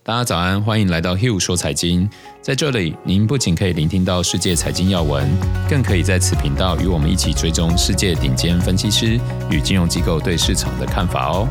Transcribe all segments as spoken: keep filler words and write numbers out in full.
大家早安，欢迎来到 Hugh 说财经。在这里，您不仅可以聆听到世界财经要闻，更可以在此频道与我们一起追踪世界顶尖分析师与金融机构对市场的看法哦。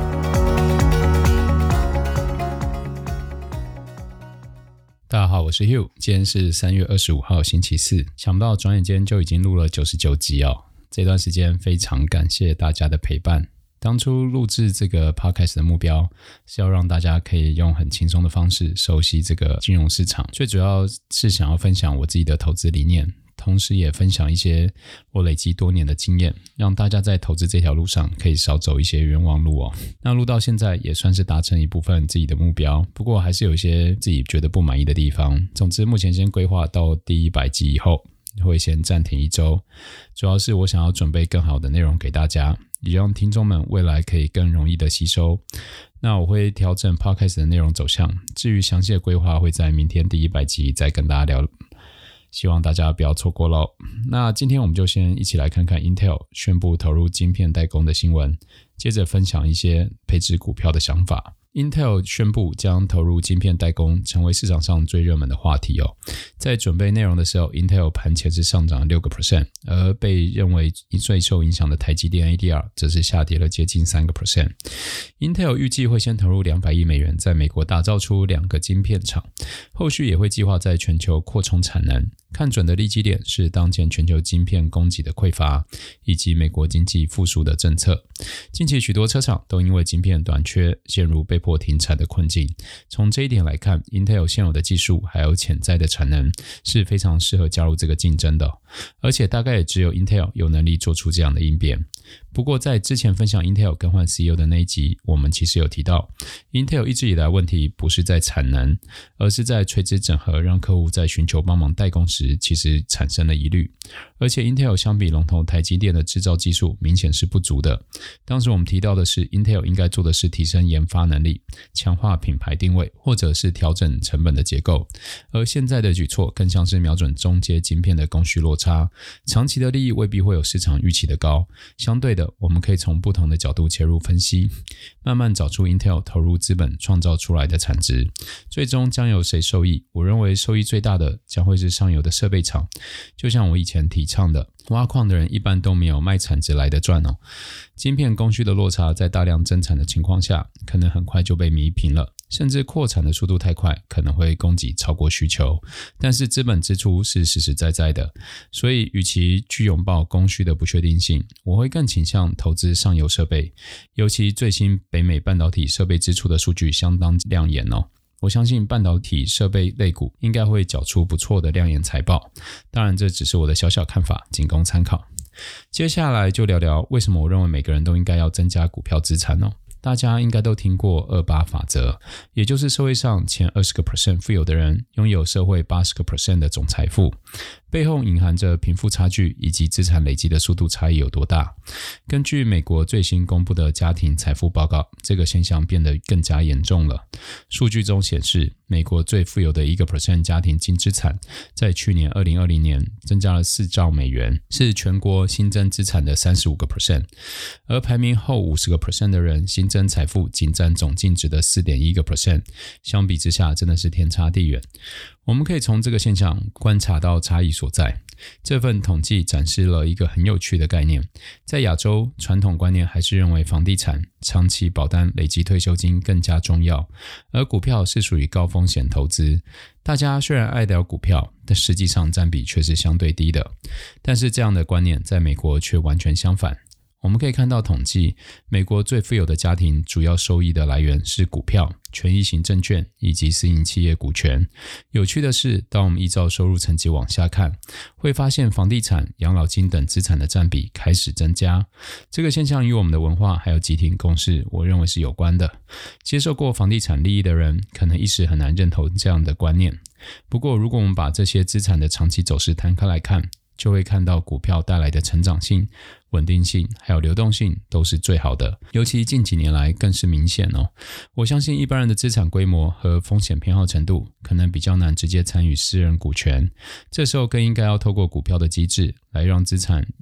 大家好，我是 Hugh， 今天是三月二十五号星期四，想不到转眼间就已经录了九十九集哦。这段时间非常感谢大家的陪伴。当初录制这个 podcast 的目标是要让大家可以用很轻松的方式熟悉这个金融市场，最主要是想要分享我自己的投资理念，同时也分享一些我累积多年的经验，让大家在投资这条路上可以少走一些冤枉路哦。那录到现在也算是达成一部分自己的目标，不过还是有一些自己觉得不满意的地方。总之目前先规划到第一百集以后会先暂停一周，主要是我想要准备更好的内容给大家，也让听众们未来可以更容易的吸收。那我会调整 podcast 的内容走向，至于详细的规划会在明天第一百集再跟大家聊，希望大家不要错过咯。那今天我们就先一起来看看 Intel 宣布投入晶片代工的新闻，接着分享一些配置股票的想法。Intel 宣布将投入晶片代工，成为市场上最热门的话题哦。在准备内容的时候 Intel 盘前是上涨了 百分之六， 而被认为最受影响的台积电 A D R 则是下跌了接近 百分之三。 Intel 预计会先投入两百亿美元在美国打造出两个晶片厂，后续也会计划在全球扩充产能，看准的利基点是当前全球晶片供给的匮乏，以及美国经济复苏的政策。近期许多车厂都因为晶片短缺陷入被迫停产的困境，从这一点来看 Intel 现有的技术还有潜在的产能是非常适合加入这个竞争的，而且大概也只有 Intel 有能力做出这样的应变。不过在之前分享 Intel 更换 C E O 的那一集，我们其实有提到 Intel 一直以来问题不是在产能，而是在垂直整合，让客户在寻求帮忙代工时其实产生了疑虑。而且 Intel 相比龙头台积电的制造技术明显是不足的，当时我们提到的是 Intel 应该做的是提升研发能力，强化品牌定位，或者是调整成本的结构，而现在的举措更像是瞄准中阶晶片的供需落差，长期的利益未必会有市场预期的高。相对的，我们可以从不同的角度切入分析，慢慢找出 Intel 投入资本创造出来的产值，最终将由谁受益。我认为受益最大的将会是上游的设备厂，就像我以前提倡的，挖矿的人一般都没有卖产值来的赚哦。晶片供需的落差在大量增产的情况下，可能很快就被弥平了，甚至扩产的速度太快，可能会供给超过需求。但是资本支出是实实在在的，所以与其去拥抱供需的不确定性，我会更倾向投资上游设备。尤其最新北美半导体设备支出的数据相当亮眼哦。我相信半导体设备类股应该会缴出不错的亮眼财报，当然这只是我的小小看法，仅供参考。接下来就聊聊为什么我认为每个人都应该要增加股票资产哦。大家应该都听过二八法则，也就是社会上前 百分之二十 富有的人拥有社会 百分之八十 的总财富，背后隐含着贫富差距以及资产累积的速度差异有多大。根据美国最新公布的家庭财富报告，这个现象变得更加严重了。数据中显示，美国最富有的 百分之一 家庭净资产在去年二零二零年增加了四兆美元，是全国新增资产的 百分之三十五， 而排名后 百分之五十 的人新增财富仅占总净值的 百分之四点一， 相比之下真的是天差地远。我们可以从这个现象观察到差异所在。这份统计展示了一个很有趣的概念，在亚洲，传统观念还是认为房地产、长期保单、累积退休金更加重要，而股票是属于高风险投资。大家虽然爱聊股票，但实际上占比却是相对低的。但是这样的观念在美国却完全相反。我们可以看到统计，美国最富有的家庭主要收益的来源是股票、权益型证券以及私营企业股权。有趣的是，当我们依照收入层级往下看，会发现房地产、养老金等资产的占比开始增加。这个现象与我们的文化还有集体共识，我认为是有关的。接受过房地产利益的人，可能一时很难认同这样的观念。不过，如果我们把这些资产的长期走势摊开来看，就会看到股票带来的成长性、稳定性还有流动性都是最好的，尤其近几年来更是明显哦。我相信一般人的资产规模和风险偏好程度可能比较难直接参与私人股权，这时候更应该要透过股票的机制来让资产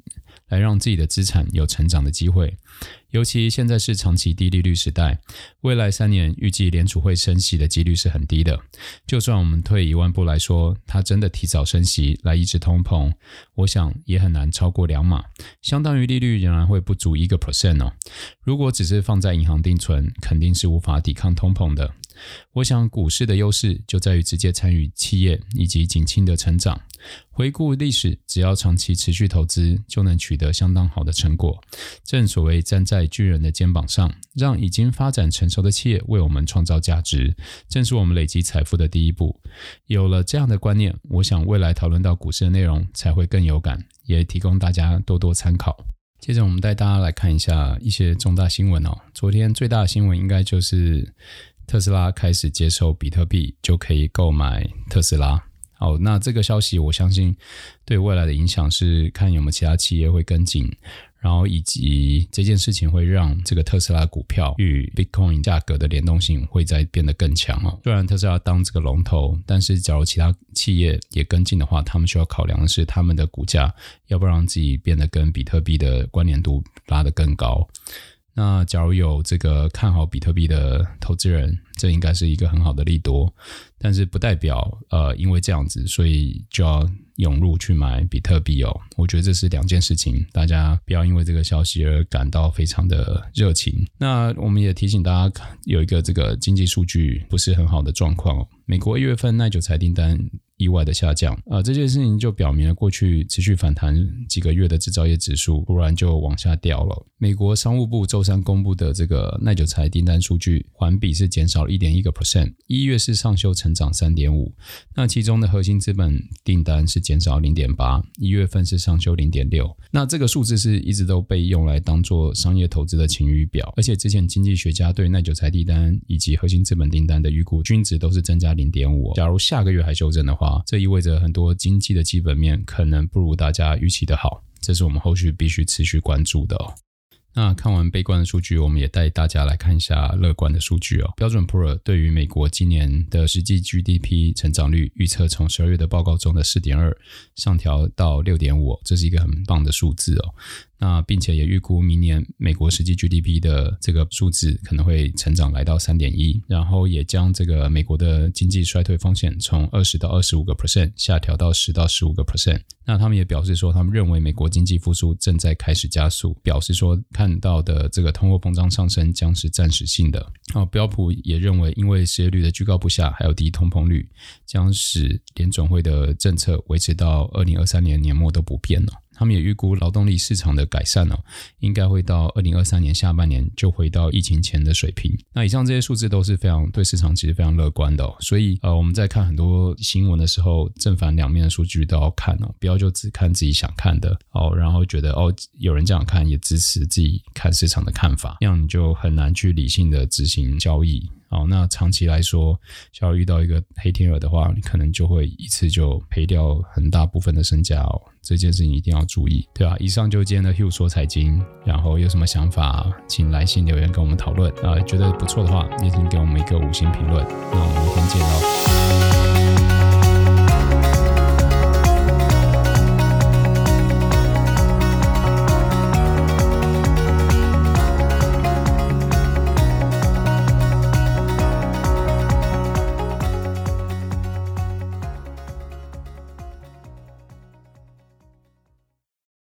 来让自己的资产有成长的机会。尤其现在是长期低利率时代，未来三年预计联储会升息的几率是很低的。就算我们退一万步来说，它真的提早升息来抑制通膨，我想也很难超过两码，相当于利率仍然会不足 百分之一 哦。如果只是放在银行定存，肯定是无法抵抗通膨的。我想股市的优势就在于直接参与企业以及景气的成长。回顾历史，只要长期持续投资，就能取得相当好的成果。正所谓站在巨人的肩膀上，让已经发展成熟的企业为我们创造价值，正是我们累积财富的第一步。有了这样的观念，我想未来讨论到股市的内容才会更有感，也提供大家多多参考。接着我们带大家来看一下一些重大新闻哦。昨天最大的新闻应该就是特斯拉开始接受比特币就可以购买特斯拉。好，那这个消息我相信对未来的影响是看有没有其他企业会跟进，然后以及这件事情会让这个特斯拉股票与 Bitcoin 价格的联动性会再变得更强哦。虽然特斯拉当这个龙头，但是假如其他企业也跟进的话，他们需要考量的是他们的股价要不要让自己变得跟比特币的关联度拉得更高。那假如有这个看好比特币的投资人，这应该是一个很好的利多，但是不代表呃因为这样子所以就要涌入去买比特币哦。我觉得这是两件事情，大家不要因为这个消息而感到非常的热情。那我们也提醒大家有一个这个经济数据不是很好的状况哦。美国一月份耐久材订单意外的下降，呃，这件事情就表明了过去持续反弹几个月的制造业指数突然就往下掉了。美国商务部周三公布的这个耐久材订单数据环比是减少了 百分之一点一， 一月是上修成长 三点五， 那其中的核心资本订单是减少 零点八， 一月份是上修 零点六。 那这个数字是一直都被用来当作商业投资的晴雨表，而且之前经济学家对耐久材订单以及核心资本订单的预估均值都是增加 零点五。 假如下个月还修正的话，这意味着很多经济的基本面可能不如大家预期的好，这是我们后续必须持续关注的哦。那看完悲观的数据，我们也带大家来看一下乐观的数据哦。标准普尔对于美国今年的实际 G D P 成长率预测从十二月的报告中的 四点二 上调到 六点五， 这是一个很棒的数字哦。那并且也预估明年美国实际 G D P 的这个数字可能会成长来到 三点一， 然后也将这个美国的经济衰退风险从 百分之二十到百分之二十五 下调到 百分之十到百分之十五。 那他们也表示说他们认为美国经济复苏正在开始加速，表示说看到的这个通货膨胀上升将是暂时性的。哦，标普也认为因为失业率的居高不下还有低通膨率，将使联准会的政策维持到二零二三年年末都不变了。他们也预估劳动力市场的改善哦，应该会到二零二三年下半年就回到疫情前的水平。那以上这些数字都是非常对市场其实非常乐观的哦，所以呃我们在看很多新闻的时候，正反两面的数据都要看哦，不要就只看自己想看的哦，然后觉得哦有人这样看也支持自己看市场的看法，那样你就很难去理性的执行交易。好，那长期来说，假如遇到一个黑天鹅的话，你可能就会一次就赔掉很大部分的身家哦。这件事情一定要注意，对吧？以上就是今天的 Hugh 说财经，然后有什么想法，请来信留言跟我们讨论啊。觉得不错的话，也请给我们一个五星评论。那我们明天见喽。